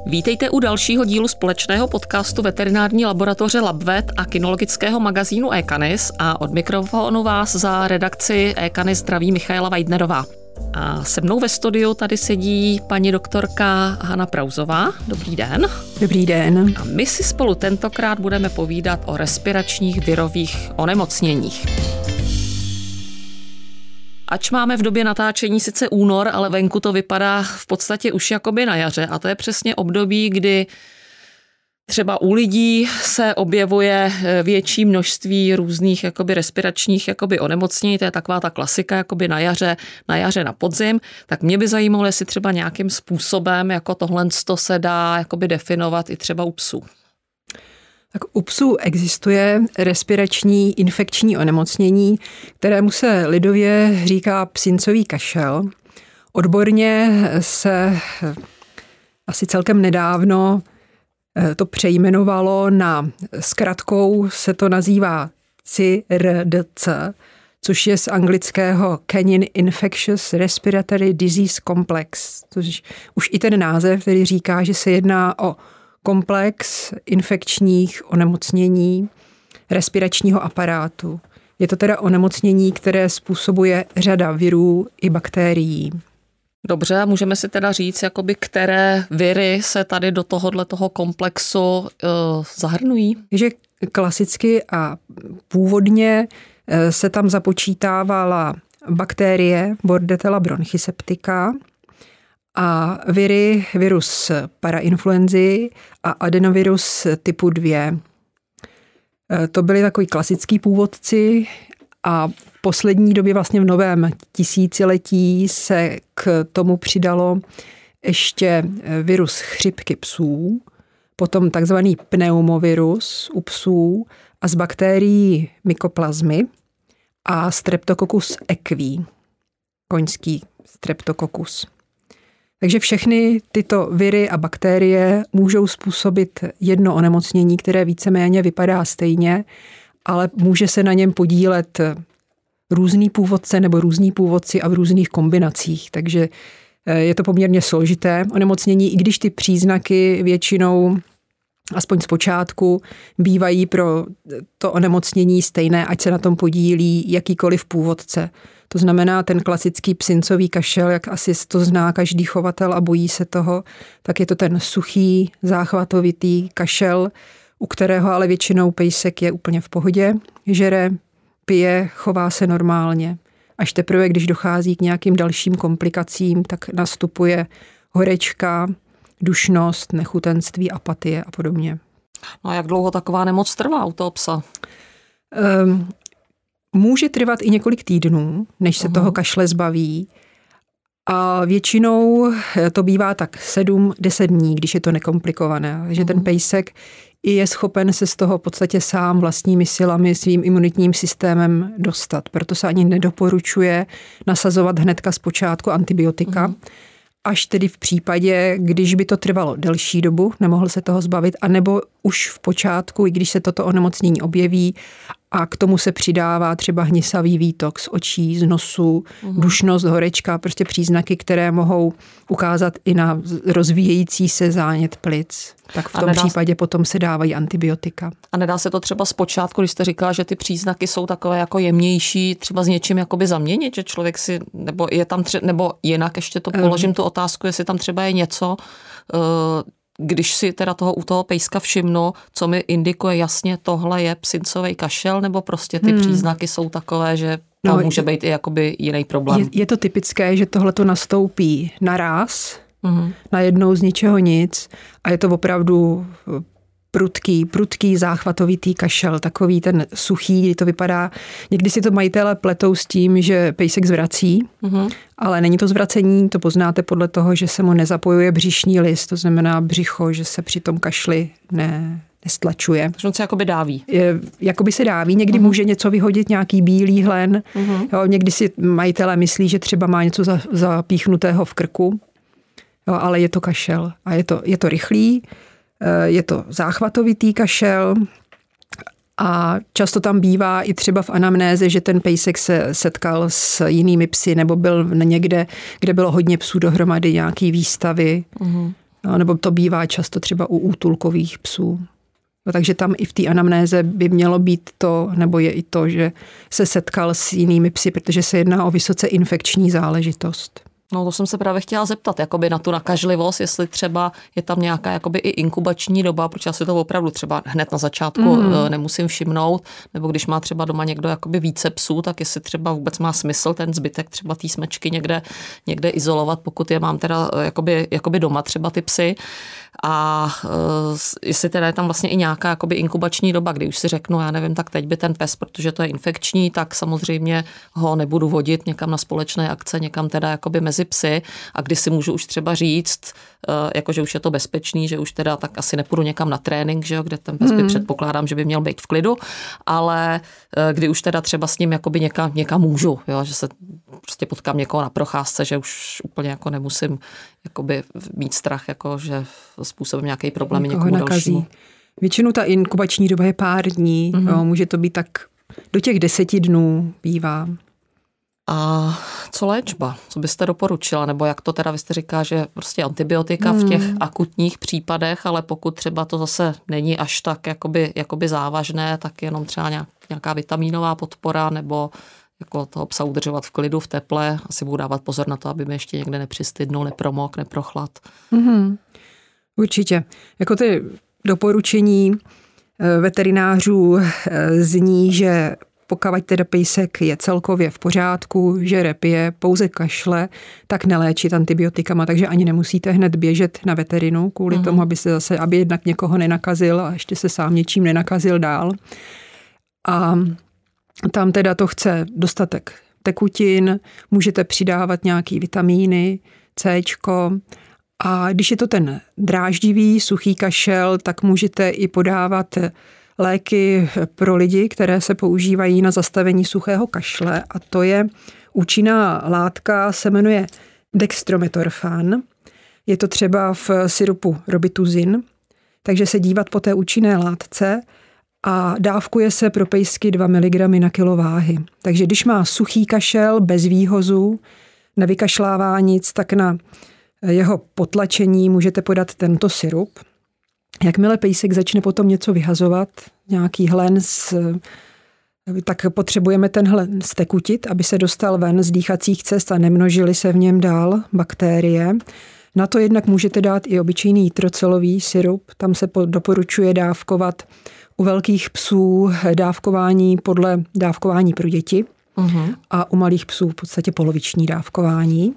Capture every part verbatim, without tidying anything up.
Vítejte u dalšího dílu společného podcastu veterinární laboratoře LabVet a kynologického magazínu eCanis a od mikrofonu vás za redakci eCanis zdraví Michaela Weidnerová. A se mnou ve studiu tady sedí paní doktorka Hana Prauzová. Dobrý den. Dobrý den. A my si spolu tentokrát budeme povídat o respiračních virových onemocněních. Ač máme v době natáčení sice únor, ale venku to vypadá v podstatě už jakoby na jaře a to je přesně období, kdy třeba u lidí se objevuje větší množství různých jakoby respiračních jakoby onemocnění, to je taková ta klasika jakoby na jaře, na jaře, na podzim, tak mě by zajímalo, jestli třeba nějakým způsobem jako tohle se dá jakoby definovat i třeba u psů. Tak u psů existuje respirační infekční onemocnění, kterému se lidově říká psincový kašel. Odborně se asi celkem nedávno to přejmenovalo na zkratkou se to nazývá C R D C, což je z anglického Canine Infectious Respiratory Disease Complex. Což už i ten název, který říká, že se jedná o komplex infekčních onemocnění respiračního aparátu. Je to teda onemocnění, které způsobuje řada virů i bakterií. Dobře, můžeme si teda říct, jakoby, které viry se tady do tohohle toho komplexu uh, zahrnují? Že klasicky a původně se tam započítávala bakterie Bordetella bronchyseptica a viry, virus parainfluenzy a adenovirus typu dva. To byly takový klasický původci a v poslední době vlastně v novém tisíciletí se k tomu přidalo ještě virus chřipky psů, potom takzvaný pneumovirus u psů a z bakterií mykoplazmy a Streptococcus equi, koňský Streptococcus. Takže všechny tyto viry a bakterie můžou způsobit jedno onemocnění, které víceméně vypadá stejně, ale může se na něm podílet různý původce nebo různý původci a v různých kombinacích. Takže je to poměrně složité onemocnění, i když ty příznaky většinou, aspoň zpočátku, bývají pro to onemocnění stejné, ať se na tom podílí jakýkoliv původce. To znamená, ten klasický psincový kašel, jak asi to zná každý chovatel a bojí se toho, tak je to ten suchý, záchvatovitý kašel, u kterého ale většinou pejsek je úplně v pohodě, žere, pije, chová se normálně. Až teprve, když dochází k nějakým dalším komplikacím, tak nastupuje horečka, dušnost, nechutenství, apatie a podobně. No a jak dlouho taková nemoc trvá u toho psa? Um, může trvat i několik týdnů, než se uh-huh. toho kašle zbaví. A většinou to bývá tak sedm deset dní, když je to nekomplikované. Že uh-huh. ten pejsek i je schopen se z toho v podstatě sám vlastními silami, svým imunitním systémem dostat. Proto se ani nedoporučuje nasazovat hnedka zpočátku antibiotika. Uh-huh. Až tedy v případě, když by to trvalo delší dobu, nemohl se toho zbavit, anebo už v počátku, i když se toto onemocnění objeví a k tomu se přidává třeba hnisavý výtok z očí, z nosu, uhum. dušnost, horečka, prostě příznaky, které mohou ukázat i na rozvíjející se zánět plic. Tak v tom nedá... případě potom se dávají antibiotika. A nedá se to třeba zpočátku, když jste říkala, že ty příznaky jsou takové jako jemnější, třeba s něčím jakoby zaměnit, že člověk si, nebo je tam tře- nebo jinak ještě to položím um. tu otázku, jestli tam třeba je něco, uh, když si teda toho u toho pejska všimnu, co mi indikuje jasně, tohle je psincový kašel, nebo prostě ty hmm. příznaky jsou takové, že tam no, může být i jakoby jiný problém. Je, je to typické, že tohle to nastoupí naraz, hmm. najednou z ničeho nic a je to opravdu prudký, prudký záchvatovitý kašel, takový ten suchý, kdy to vypadá, někdy si to majitelé pletou s tím, že pejsek zvrací, mm-hmm. ale není to zvracení, to poznáte podle toho, že se mu nezapojuje břišní list, to znamená břicho, že se při tom kašli ne, nestlačuje. Takže on se jakoby dáví. Je, jakoby se dáví, někdy mm-hmm. může něco vyhodit, nějaký bílý hlen, mm-hmm. jo, někdy si majitelé myslí, že třeba má něco za, zapíchnutého v krku, jo, ale je to kašel a je to, je to rychlý. Je to záchvatovitý kašel a často tam bývá i třeba v anamnéze, že ten pejsek se setkal s jinými psy nebo byl někde, kde bylo hodně psů dohromady, nějaký výstavy. Mm-hmm. No, nebo to bývá často třeba u útulkových psů. No, takže tam i v té anamnéze by mělo být to, nebo je i to, že se setkal s jinými psy, protože se jedná o vysoce infekční záležitost. No to jsem se právě chtěla zeptat, jakoby na tu nakažlivost, jestli třeba je tam nějaká jakoby i inkubační doba, protože já si to opravdu třeba hned na začátku mm. nemusím všimnout, nebo když má třeba doma někdo jakoby více psů, tak jestli třeba vůbec má smysl ten zbytek třeba té smečky někde, někde izolovat, pokud je mám teda jakoby, jakoby doma třeba ty psy. A uh, jestli teda je tam vlastně i nějaká jakoby inkubační doba, kdy už si řeknu, já nevím, tak teď by ten pes, protože to je infekční, tak samozřejmě ho nebudu vodit někam na společné akce, někam teda jakoby mezi psy a kdy si můžu už třeba říct, uh, jako že už je to bezpečný, že už teda tak asi nepůjdu někam na trénink, že jo, kde ten pes by hmm. předpokládám, že by měl být v klidu, ale uh, kdy už teda třeba s ním jakoby někam, někam můžu, jo, že se prostě potkám někoho na procházce, že už úplně jako nemusím jakoby mít strach, jako že způsobem nějaký problém někomu dalšímu. Většinou ta inkubační doba je pár dní, mm-hmm. jo, může to být tak do těch deseti dnů bývá. A co léčba? Co byste doporučila? Nebo jak to teda, vy jste říká, že prostě antibiotika mm. v těch akutních případech, ale pokud třeba to zase není až tak jakoby, jakoby závažné, tak jenom třeba nějak, nějaká vitamínová podpora nebo jako toho psa udržovat v klidu, v teple. Asi budu dávat pozor na to, aby mi ještě někde nepřistydnul, nepromok, neprochlad. Mm-hmm. Určitě. Jako ty doporučení veterinářů zní, že pokud teda pejsek je celkově v pořádku, že repije, pouze kašle, tak neléčit antibiotikama, takže ani nemusíte hned běžet na veterinu kvůli mm-hmm. tomu, aby se zase, aby jednak někoho nenakazil a ještě se sám něčím nenakazil dál. A tam teda to chce dostatek tekutin, můžete přidávat nějaký vitamíny, Cčko. A když je to ten dráždivý, suchý kašel, tak můžete i podávat léky pro lidi, které se používají na zastavení suchého kašle. A to je účinná látka, se jmenuje dextrometorfan. Je to třeba v sirupu Robituzin, takže se dívat po té účinné látce a dávkuje se pro pejsky dva miligramy na kilo váhy. Takže když má suchý kašel bez výhozu, nevykašlává nic, tak na jeho potlačení můžete podat tento sirup. Jakmile pejsek začne potom něco vyhazovat, nějaký hlen, z, tak potřebujeme ten hlen stekutit, aby se dostal ven z dýchacích cest a nemnožily se v něm dál bakterie. Na to jednak můžete dát i obyčejný jitrocelový sirup. Tam se doporučuje dávkovat u velkých psů dávkování podle dávkování pro děti uh-huh. a u malých psů v podstatě poloviční dávkování.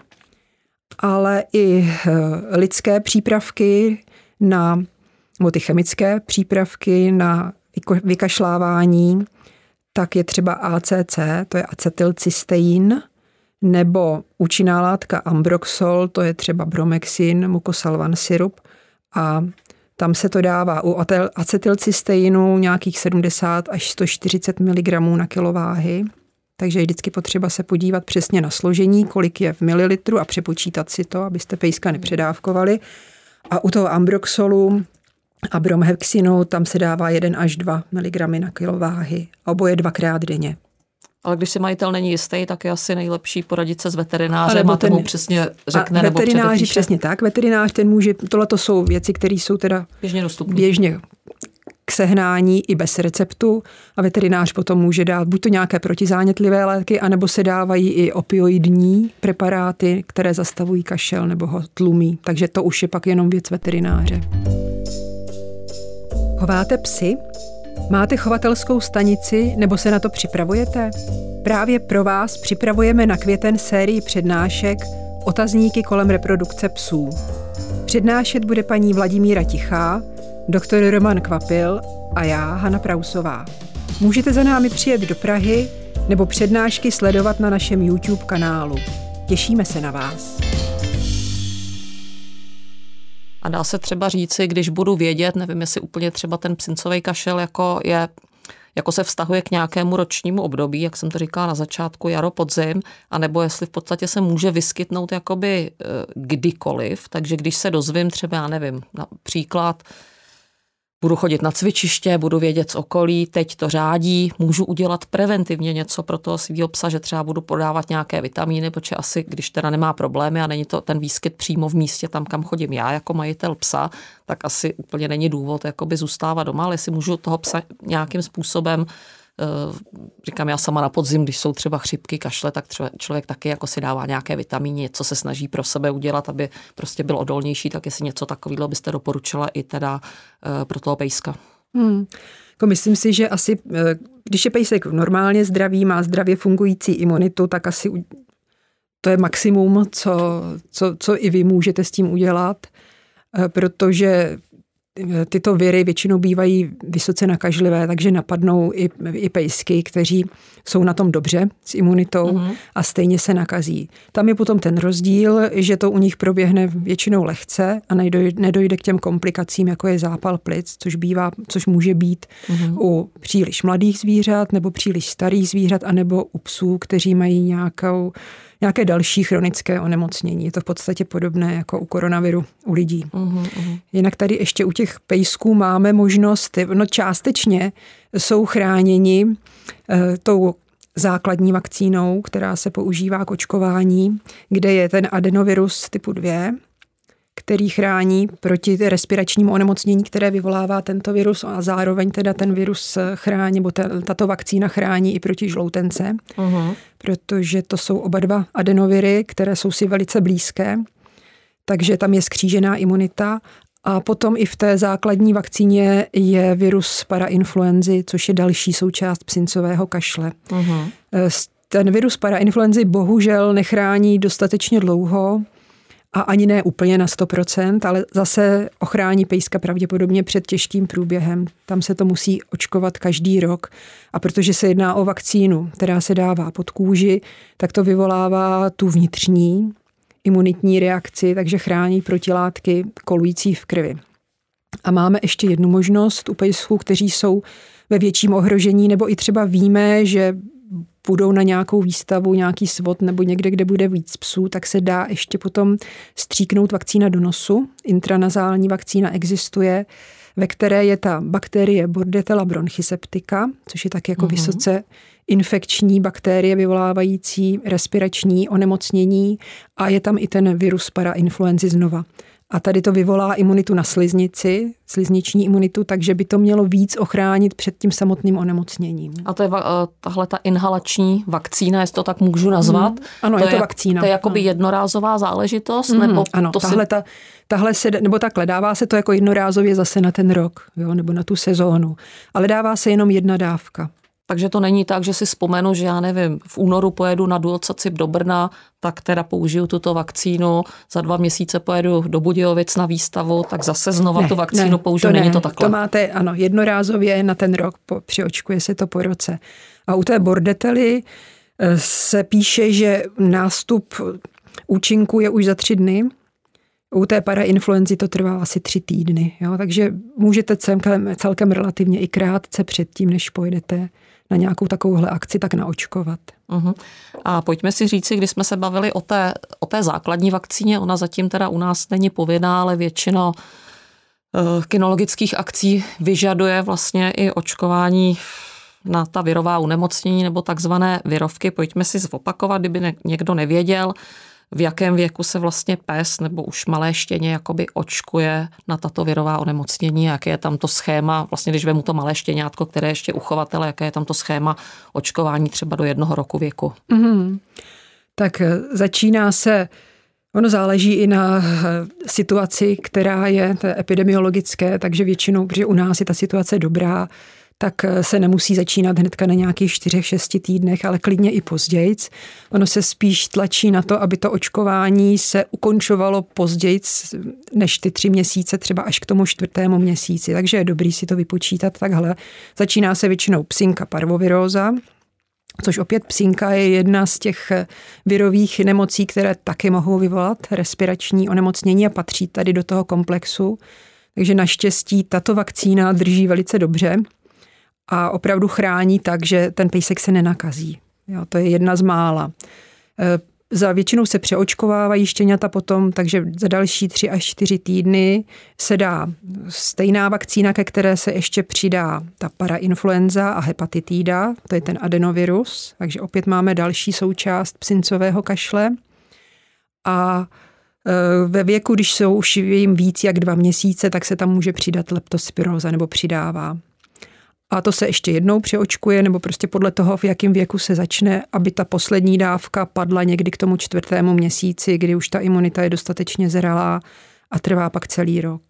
Ale i lidské přípravky na, nebo ty chemické přípravky na vykašlávání, tak je třeba A C C, to je acetylcystein, nebo účinná látka Ambroxol, to je třeba Bromexin, mukosalvan sirup a tam se to dává u acetylcysteinu nějakých sedmdesát až sto čtyřicet miligramů na kilo váhy. Takže je vždycky potřeba se podívat přesně na složení, kolik je v mililitru a přepočítat si to, abyste pejska nepředávkovali. A u toho Ambroxolu a Bromhexinu tam se dává jeden až dva miligramy na kilo váhy. Oboje dvakrát denně. Ale když si majitel není jistý, tak je asi nejlepší poradit se s veterinářem a ten mu přesně řekne nebo veterináři předepíše. Přesně tak. Veterinář ten může, tohle to jsou věci, které jsou teda běžně dostupné. Běžně k sehnání i bez receptu a veterinář potom může dát buď to nějaké protizánětlivé léky, anebo se dávají i opioidní preparáty, které zastavují kašel nebo ho tlumí. Takže to už je pak jenom věc veterináře. Chováte psy? Máte chovatelskou stanici nebo se na to připravujete? Právě pro vás připravujeme na květen sérii přednášek Otazníky kolem reprodukce psů. Přednášet bude paní Vladimíra Tichá, doktor Roman Kvapil a já, Hana Prausová. Můžete za námi přijet do Prahy nebo přednášky sledovat na našem YouTube kanálu. Těšíme se na vás. A dá se třeba říci, když budu vědět, nevím, jestli úplně třeba ten psincový kašel jako je, jako se vztahuje k nějakému ročnímu období, jak jsem to říkala na začátku, jaro, podzim, anebo jestli v podstatě se může vyskytnout jakoby kdykoliv, takže když se dozvím třeba, já nevím, například budu chodit na cvičiště, budu vědět z okolí, teď to řádí, můžu udělat preventivně něco pro toho svýho psa, že třeba budu podávat nějaké vitamíny, protože asi, když teda nemá problémy a není to ten výskyt přímo v místě tam, kam chodím já jako majitel psa, tak asi úplně není důvod jakoby zůstávat doma, ale jestli můžu toho psa nějakým způsobem, říkám já sama na podzim, když jsou třeba chřipky, kašle, tak člověk taky jako si dává nějaké vitamíny, něco se snaží pro sebe udělat, aby prostě byl odolnější, tak jestli něco takového byste doporučila i teda pro toho pejska. Hmm. Jako myslím si, že asi, když je pejsek normálně zdravý, má zdravě fungující imunitu, tak asi to je maximum, co, co, co i vy můžete s tím udělat, protože tyto viry většinou bývají vysoce nakažlivé, takže napadnou i, i pejsky, kteří jsou na tom dobře s imunitou mm-hmm. a stejně se nakazí. Tam je potom ten rozdíl, že to u nich proběhne většinou lehce a nedojde, nedojde k těm komplikacím, jako je zápal plic, což bývá, což může být mm-hmm. u příliš mladých zvířat nebo příliš starých zvířat, anebo u psů, kteří mají nějakou nějaké další chronické onemocnění. Je to v podstatě podobné jako u koronaviru u lidí. Uhum, uhum. Jinak tady ještě u těch pejsků máme možnost, no částečně jsou chráněni e, tou základní vakcínou, která se používá k očkování, kde je ten adenovirus typu dva, který chrání proti respiračnímu onemocnění, které vyvolává tento virus a zároveň teda ten virus chrání, nebo tato vakcína chrání i proti žloutence, uh-huh. protože to jsou oba dva adenoviry, které jsou si velice blízké, takže tam je skřížená imunita a potom i v té základní vakcíně je virus parainfluenzy, což je další součást psincového kašle. Uh-huh. Ten virus parainfluenzy bohužel nechrání dostatečně dlouho, a ani ne úplně na sto procent, ale zase ochrání pejska pravděpodobně před těžkým průběhem. Tam se to musí očkovat každý rok. A protože se jedná o vakcínu, která se dává pod kůži, tak to vyvolává tu vnitřní imunitní reakci, takže chrání protilátky kolující v krvi. A máme ještě jednu možnost u pejsků, kteří jsou ve větším ohrožení, nebo i třeba víme, že půjdou na nějakou výstavu, nějaký svod nebo někde, kde bude víc psů, tak se dá ještě potom stříknout vakcína do nosu. Intranazální vakcína existuje, ve které je ta bakterie Bordetella bronchiseptica, což je tak jako uhum. vysoce infekční bakterie vyvolávající respirační onemocnění a je tam i ten virus parainfluenzy znova. A tady to vyvolá imunitu na sliznici, slizniční imunitu, takže by to mělo víc ochránit před tím samotným onemocněním. A to je tahle ta inhalační vakcína, jestli to tak můžu nazvat? Mm, ano, to je to je, vakcína. To je jakoby jednorázová záležitost? Mm, nebo ano, to tahle, si... ta, tahle se, nebo takhle, dává se to jako jednorázově zase na ten rok, jo, nebo na tu sezónu. Ale dává se jenom jedna dávka. Takže to není tak, že si vzpomenu, že já nevím, v únoru pojedu na Duocacip do Brna, tak teda použiju tuto vakcínu, za dva měsíce pojedu do Budějovic na výstavu, tak zase znova ne, tu vakcínu ne, použiju, to není ne, to takhle. To máte, ano, jednorázově na ten rok, po, přiočkuje se to po roce. A u té Bordetely se píše, že nástup účinku je už za tři dny, u té parainfluenzy to trvá asi tři týdny, jo? Takže můžete celkem, celkem relativně i krátce předtím, než pojedete na nějakou takovouhle akci, tak naočkovat. Uhum. A pojďme si říci, když jsme se bavili o té, o té základní vakcíně, ona zatím teda u nás není povinná, ale většina uh, kynologických akcí vyžaduje vlastně i očkování na ta virová onemocnění nebo takzvané virovky. Pojďme si zopakovat, kdyby ne, někdo nevěděl, v jakém věku se vlastně pes nebo už malé štěně jakoby očkuje na tato virová onemocnění, jaké je tam to schéma, vlastně když vemu to malé štěňátko, které je ještě uchovatele, jaké je tam to schéma očkování třeba do jednoho roku věku. Mm-hmm. Tak začíná se, ono záleží i na situaci, která je epidemiologické, takže většinou, protože u nás je ta situace dobrá, tak se nemusí začínat hnedka na nějakých čtyřech, šesti týdnech, ale klidně i pozdějc. Ono se spíš tlačí na to, aby to očkování se ukončovalo pozdějc než ty tři měsíce, třeba až k tomu čtvrtému měsíci. Takže je dobrý si to vypočítat takhle. Začíná se většinou psinka parvoviróza, což opět psinka je jedna z těch virových nemocí, které taky mohou vyvolat respirační onemocnění a patří tady do toho komplexu. Takže naštěstí tato vakcína drží velice dobře a opravdu chrání tak, že ten pejsek se nenakazí. Jo, to je jedna z mála. za většinou se přeočkovávají štěňata potom, takže za další tři až čtyři týdny se dá stejná vakcína, ke které se ještě přidá ta parainfluenza a hepatitída, to je ten adenovirus, takže opět máme další součást psincového kašle. A ve věku, když jsou už jim víc jak dva měsíce, tak se tam může přidat leptospiróza nebo přidává. A to se ještě jednou přeočkuje, nebo prostě podle toho, v jakém věku se začne, aby ta poslední dávka padla někdy k tomu čtvrtému měsíci, kdy už ta imunita je dostatečně zralá a trvá pak celý rok.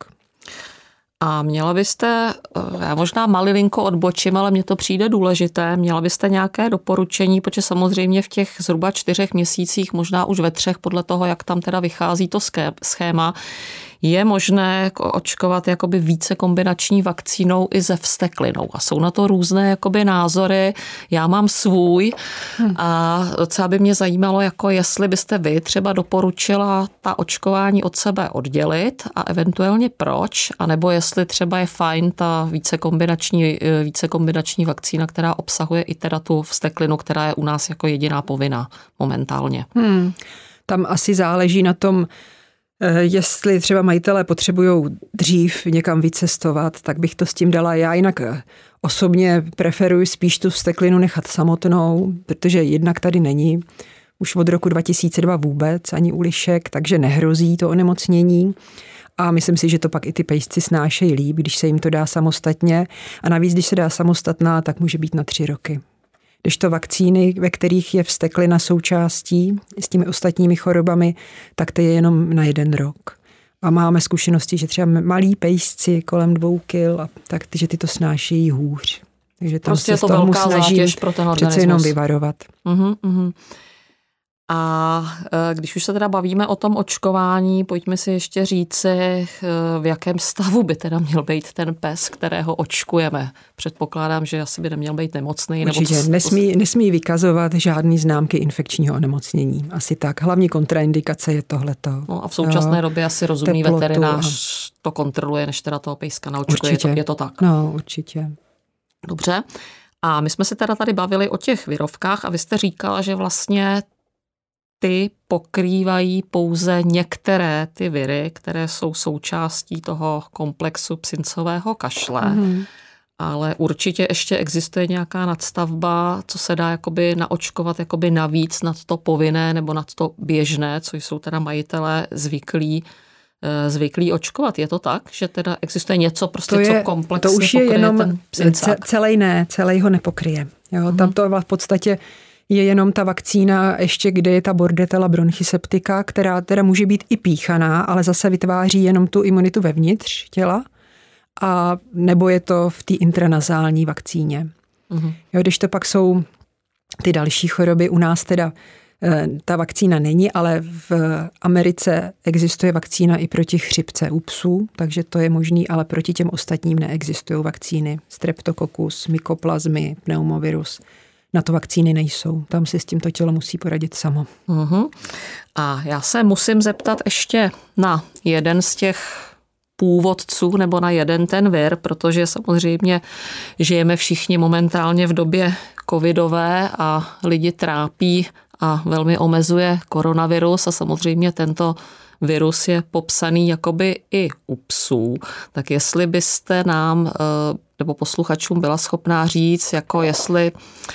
A měla byste, já možná malilinko odbočím, ale mně to přijde důležité, měla byste nějaké doporučení, protože samozřejmě v těch zhruba čtyřech měsících, možná už ve třech, podle toho, jak tam teda vychází to schéma, je možné očkovat jakoby více kombinační vakcínou i se vzteklinou. A jsou na to různé jakoby názory. Já mám svůj a docela by mě zajímalo, jako jestli byste vy třeba doporučila ta očkování od sebe oddělit a eventuálně proč, anebo jestli třeba je fajn ta více kombinační, více kombinační vakcína, která obsahuje i teda tu vzteklinu, která je u nás jako jediná povinná momentálně. Hmm. Tam asi záleží na tom, jestli třeba majitelé potřebují dřív někam vycestovat, tak bych to s tím dala. Já jinak osobně preferuji spíš tu vzteklinu nechat samotnou, protože jednak tady není už od roku dva tisíce dva vůbec ani u lišek, takže nehrozí to onemocnění. A myslím si, že to pak i ty pejsci snášejí líp, když se jim to dá samostatně. A navíc, když se dá samostatná, tak může být na tři roky. Když to vakcíny, ve kterých je vzteklina součástí s těmi ostatními chorobami, tak to je jenom na jeden rok. A máme zkušenosti, že třeba malí pejsci kolem dvou kil, a tak, že ty to snášejí hůř. Takže tam prostě se je to z toho velká zátěž pro ten organismus. Přece jenom vyvarovat. Uhum, uhum. A když už se teda bavíme o tom očkování, pojďme si ještě říci, v jakém stavu by teda měl být ten pes, kterého očkujeme. Předpokládám, že asi by neměl být nemocný. Určitě, nebo co, nesmí, nesmí vykazovat žádný známky infekčního onemocnění. Asi tak. Hlavní kontraindikace je tohleto. No a v současné jo, době asi rozumný teplotu, veterinář a... to kontroluje, než teda toho pejska naočkuje. Určitě. Je to, je to tak? No, určitě. Dobře. A my jsme se teda tady bavili o těch virovkách a vy jste říkala, že vlastně ty pokrývají pouze některé ty viry, které jsou součástí toho komplexu psincového kašle. Mm. Ale určitě ještě existuje nějaká nadstavba, co se dá jakoby naočkovat jakoby navíc nad to povinné nebo nad to běžné, co jsou teda majitelé zvyklí, zvyklí očkovat. Je to tak, že teda existuje něco prostě, to je, co komplexně to už je pokryje jenom ten psincák? Celý ne, celý ho nepokryje. Jo, mm. Tam to v podstatě je jenom ta vakcína, ještě kde je ta Bordetella bronchiseptica, která teda může být i píchaná, ale zase vytváří jenom tu imunitu vevnitř těla, a nebo je to v té intranazální vakcíně. Uh-huh. Jo, když to pak jsou ty další choroby, u nás teda ta vakcína není, ale v Americe existuje vakcína i proti chřipce u psů, takže to je možný, ale proti těm ostatním neexistují vakcíny. Streptokokus, mykoplazmy, pneumovirus. Na to vakcíny nejsou. Tam si s tím to tělo musí poradit samo. Uhum. A já se musím zeptat ještě na jeden z těch původců nebo na jeden ten vir, protože samozřejmě žijeme všichni momentálně v době covidové a lidi trápí a velmi omezuje koronavirus a samozřejmě tento virus je popsaný jakoby i u psů. Tak jestli byste nám nebo posluchačům byla schopná říct, jako jestli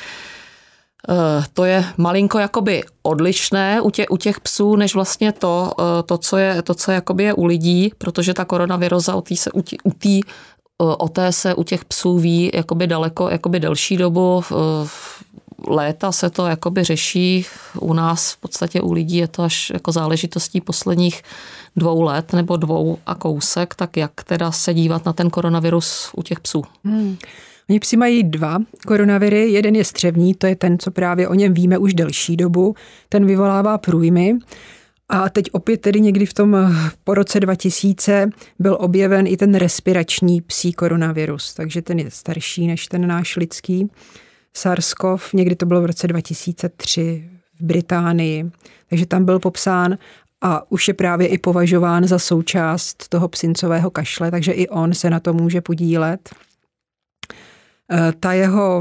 to je malinko jakoby odlišné u těch, u těch psů, než vlastně to, to co je, to, co jakoby je u lidí, protože ta koronaviroza, o té se, u tí, u tí, o té se u těch psů ví jakoby daleko, jakoby delší dobu. Léta se to jakoby řeší. U nás v podstatě u lidí je to až jako záležitostí posledních dvou let nebo dvou a kousek. Tak jak teda se dívat na ten koronavirus u těch psů? Hmm. Oni psi mají dva koronaviry, jeden je střevní, to je ten, co právě o něm víme už delší dobu, ten vyvolává průjmy. A teď opět tedy někdy v tom po roce dva tisíce byl objeven i ten respirační psí koronavirus, takže ten je starší než ten náš lidský SARS-C o V, někdy to bylo v roce dva tisíce tři v Británii, takže tam byl popsán a už je právě i považován za součást toho psincového kašle, takže i on se na to může podílet. Ta jeho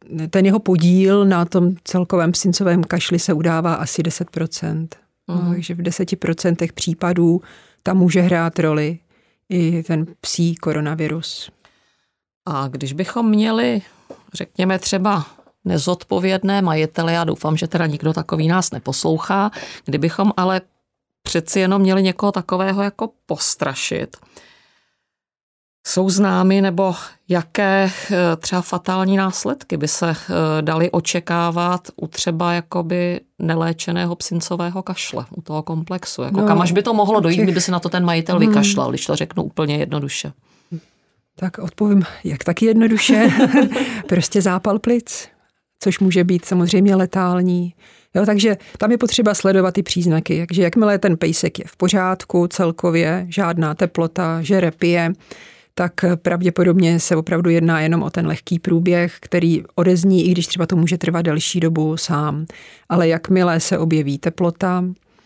ten jeho podíl na tom celkovém psincovém kašli se udává asi deset procent. Mm. No, takže v deseti procentech případů tam může hrát roli i ten psí koronavirus. A když bychom měli, řekněme třeba nezodpovědné majitele, já doufám, že teda nikdo takový nás neposlouchá, kdybychom ale přeci jenom měli někoho takového jako postrašit, jsou známy nebo jaké třeba fatální následky by se daly očekávat u třeba jakoby neléčeného psincového kašle, u toho komplexu? Jako no, kam až by to mohlo dojít, těch... kdyby se na to ten majitel hmm. vykašlal, když to řeknu úplně jednoduše? Tak odpovím, jak taky jednoduše. Prostě zápal plic, což může být samozřejmě letální. Jo, takže tam je potřeba sledovat ty příznaky, takže jakmile ten pejsek je v pořádku celkově, žádná teplota, žere, pije, tak pravděpodobně se opravdu jedná jenom o ten lehký průběh, který odezní, i když třeba to může trvat delší dobu sám. Ale jakmile se objeví teplota,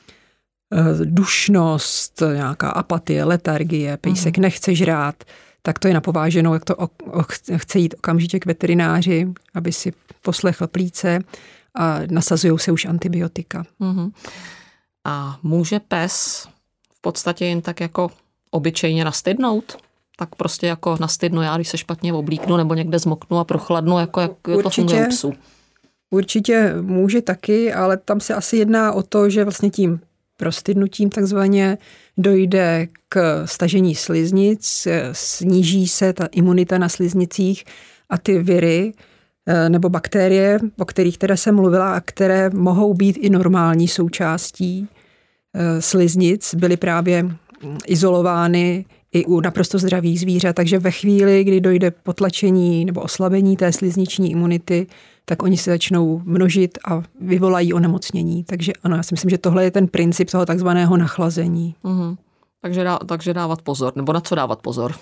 dušnost, nějaká apatie, letargie, pejsek mm. nechce žrát, tak to je napováženou, jak to o, o, chce jít okamžitě k veterináři, aby si poslechl plíce a nasazují se už antibiotika. Mm. A může pes v podstatě jen tak jako obyčejně nastydnout? Tak prostě jako nastydnu já, když se špatně oblíknu nebo někde zmoknu a prochladnu, jako jak určitě, to funguje u psů. Určitě může taky, ale tam se asi jedná o to, že vlastně tím prostydnutím takzvaně dojde k stažení sliznic, sníží se ta imunita na sliznicích a ty viry nebo bakterie, o kterých teda jsem mluvila a které mohou být i normální součástí sliznic, byly právě izolovány i u naprosto zdravých zvířat, takže ve chvíli, kdy dojde potlačení nebo oslabení té slizniční imunity, tak oni se začnou množit a vyvolají onemocnění. Takže ano, já si myslím, že tohle je ten princip toho takzvaného nachlazení. Mm-hmm. Takže, dá, takže dávat pozor, nebo na co dávat pozor?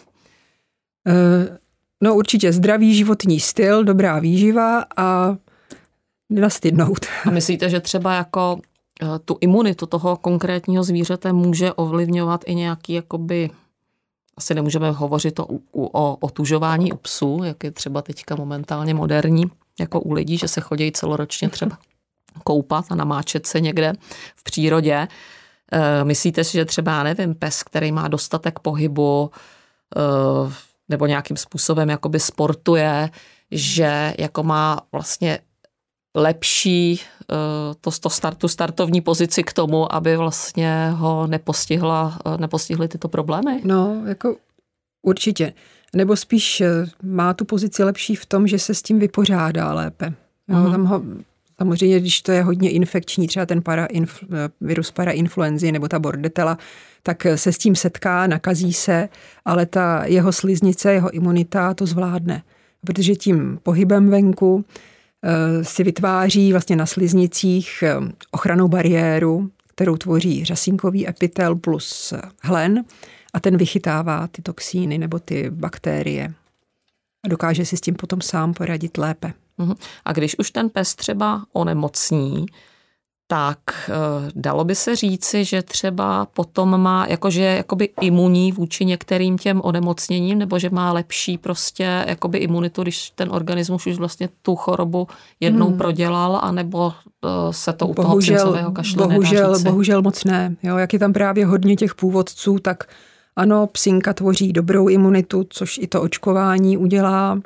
E, no určitě zdravý životní styl, dobrá výživa a nenastydnout. A myslíte, že třeba jako tu imunitu toho konkrétního zvířete může ovlivňovat i nějaký jakoby... Asi nemůžeme hovořit o, o otužování u psů, jak je třeba teďka momentálně moderní, jako u lidí, že se chodí celoročně třeba koupat a namáčet se někde v přírodě. E, myslíte si, že třeba, nevím, pes, který má dostatek pohybu e, nebo nějakým způsobem jakoby sportuje, že jako má vlastně lepší to, to startu, startovní pozici k tomu, aby vlastně ho nepostihla, nepostihly tyto problémy? No, jako určitě. Nebo spíš má tu pozici lepší v tom, že se s tím vypořádá lépe. Jo, uh-huh. Tam ho, samozřejmě, když to je hodně infekční, třeba ten parainf, virus parainfluenzy nebo ta bordetela, tak se s tím setká, nakazí se, ale ta jeho sliznice, jeho imunita to zvládne. Protože tím pohybem venku si vytváří vlastně na sliznicích ochrannou bariéru, kterou tvoří řasínkový epitel plus hlen a ten vychytává ty toxíny nebo ty bakterie a dokáže si s tím potom sám poradit lépe. A když už ten pes třeba onemocní, tak dalo by se říci, že třeba potom má, jakože je jakoby imunní vůči některým těm onemocněním, nebo že má lepší prostě jakoby imunitu, když ten organismus už vlastně tu chorobu jednou hmm. prodělal, anebo se to u bohužel, toho psincového kašle bohužel, nedá říci? Bohužel moc ne. Jo, jak je tam právě hodně těch původců, tak ano, psinka tvoří dobrou imunitu, což i to očkování udělá.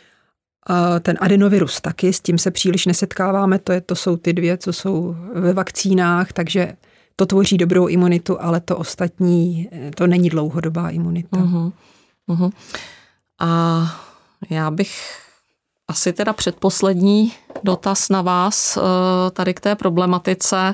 Ten adenovirus taky, s tím se příliš nesetkáváme, to, je, to jsou ty dvě, co jsou ve vakcínách, takže to tvoří dobrou imunitu, ale to ostatní, to není dlouhodobá imunita. Uh-huh. Uh-huh. A já bych asi teda předposlední dotaz na vás tady k té problematice.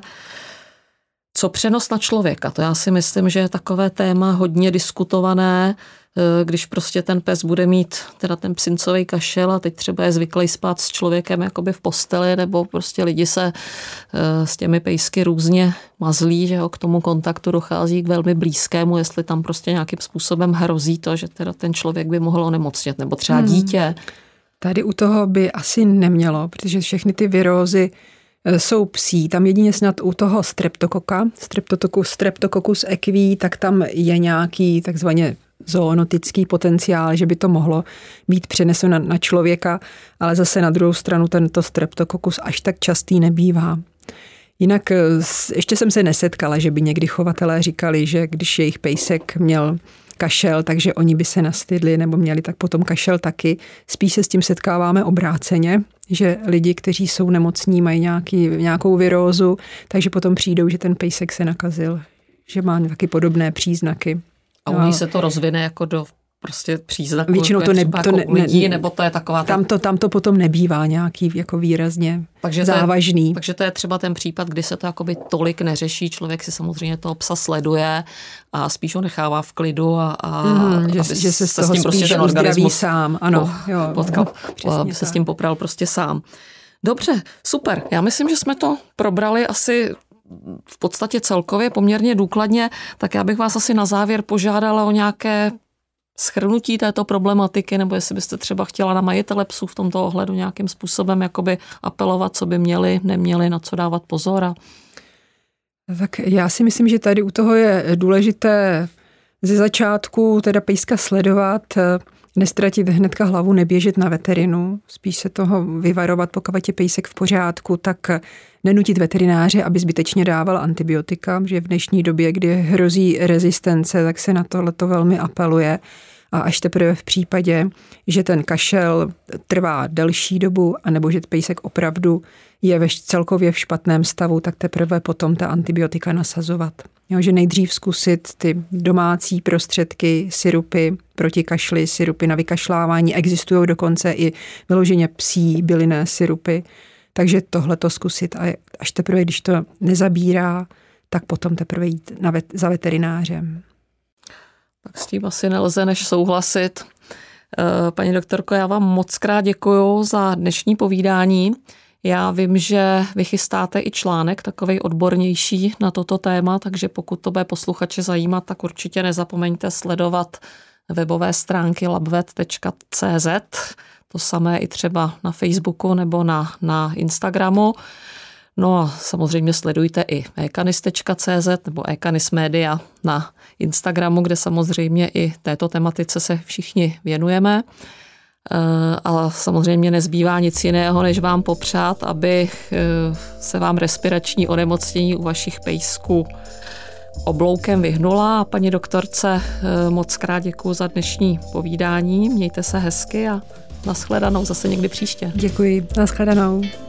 Co přenos na člověka? To já si myslím, že je takové téma hodně diskutované, když prostě ten pes bude mít teda ten psincový kašel a teď třeba je zvyklý spát s člověkem jakoby v posteli, nebo prostě lidi se s těmi pejsky různě mazlí, že jo, k tomu kontaktu dochází k velmi blízkému, jestli tam prostě nějakým způsobem hrozí to, že teda ten člověk by mohl onemocnět, nebo třeba hmm. dítě. Tady u toho by asi nemělo, protože všechny ty virózy jsou psí. Tam jedině snad u toho streptokoka, streptococcus, streptococcus equi, tak tam je nějaký takzvaně zoonotický potenciál, že by to mohlo být přeneseno na, na člověka, ale zase na druhou stranu tento streptokokus až tak častý nebývá. Jinak ještě jsem se nesetkala, že by někdy chovatelé říkali, že když jejich pejsek měl kašel, takže oni by se nastydli nebo měli tak potom kašel taky. Spíš se s tím setkáváme obráceně, že lidi, kteří jsou nemocní, mají nějaký, nějakou virózu, takže potom přijdou, že ten pejsek se nakazil, že má taky podobné příznaky. A u ní se to rozvine jako do prostě příznaků, většinou to, ne, to jako ne, lidí, ne, nebo to je taková... Tam to, tam to potom nebývá nějaký jako výrazně takže závažný. To je, takže to je třeba ten případ, kdy se to jakoby tolik neřeší, člověk si samozřejmě toho psa sleduje a spíš ho nechává v klidu a, a mm, že, že se z toho s tím spíš prostě uzdraví sám. Ano, po, jo, potkal, přesně se tak. s tím popral prostě sám. Dobře, super. Já myslím, že jsme to probrali asi v podstatě celkově poměrně důkladně, tak já bych vás asi na závěr požádala o nějaké shrnutí této problematiky, nebo jestli byste třeba chtěla na majitele psů v tomto ohledu nějakým způsobem jakoby apelovat, co by měli, neměli, na co dávat pozor. A... Tak já si myslím, že tady u toho je důležité ze začátku teda pejska sledovat, nestratit hnedka hlavu, neběžet na veterinu, spíš se toho vyvarovat, pokud je pejsek v pořádku, tak nenutit veterináře, aby zbytečně dával antibiotika, že v dnešní době, kdy hrozí rezistence, tak se na tohleto velmi apeluje. A až teprve v případě, že ten kašel trvá delší dobu, anebo že pejsek opravdu je ve celkově v špatném stavu, tak teprve potom ta antibiotika nasazovat. Jo, že nejdřív zkusit ty domácí prostředky, sirupy proti kašli, sirupy na vykašlávání. Existují dokonce i vyloženě psí bylinné sirupy. Takže tohle to zkusit a až teprve, když to nezabírá, tak potom teprve jít na vet, za veterinářem. Tak s tím asi nelze než souhlasit. Paní doktorko, já vám moc krát děkuju za dnešní povídání. Já vím, že vy chystáte i článek takovej odbornější na toto téma, takže pokud to bude posluchače zajímat, tak určitě nezapomeňte sledovat webové stránky labvet tečka cé zet. To samé i třeba na Facebooku nebo na, na Instagramu. No a samozřejmě sledujte i ekanis tečka cé zet nebo Ekanis Media na Instagramu, kde samozřejmě i této tematice se všichni věnujeme. A samozřejmě nezbývá nic jiného, než vám popřát, aby se vám respirační onemocnění u vašich pejsků obloukem vyhnula. A paní doktorce moc krát děkuju za dnešní povídání. Mějte se hezky a nashledanou zase někdy příště. Děkuji, nashledanou.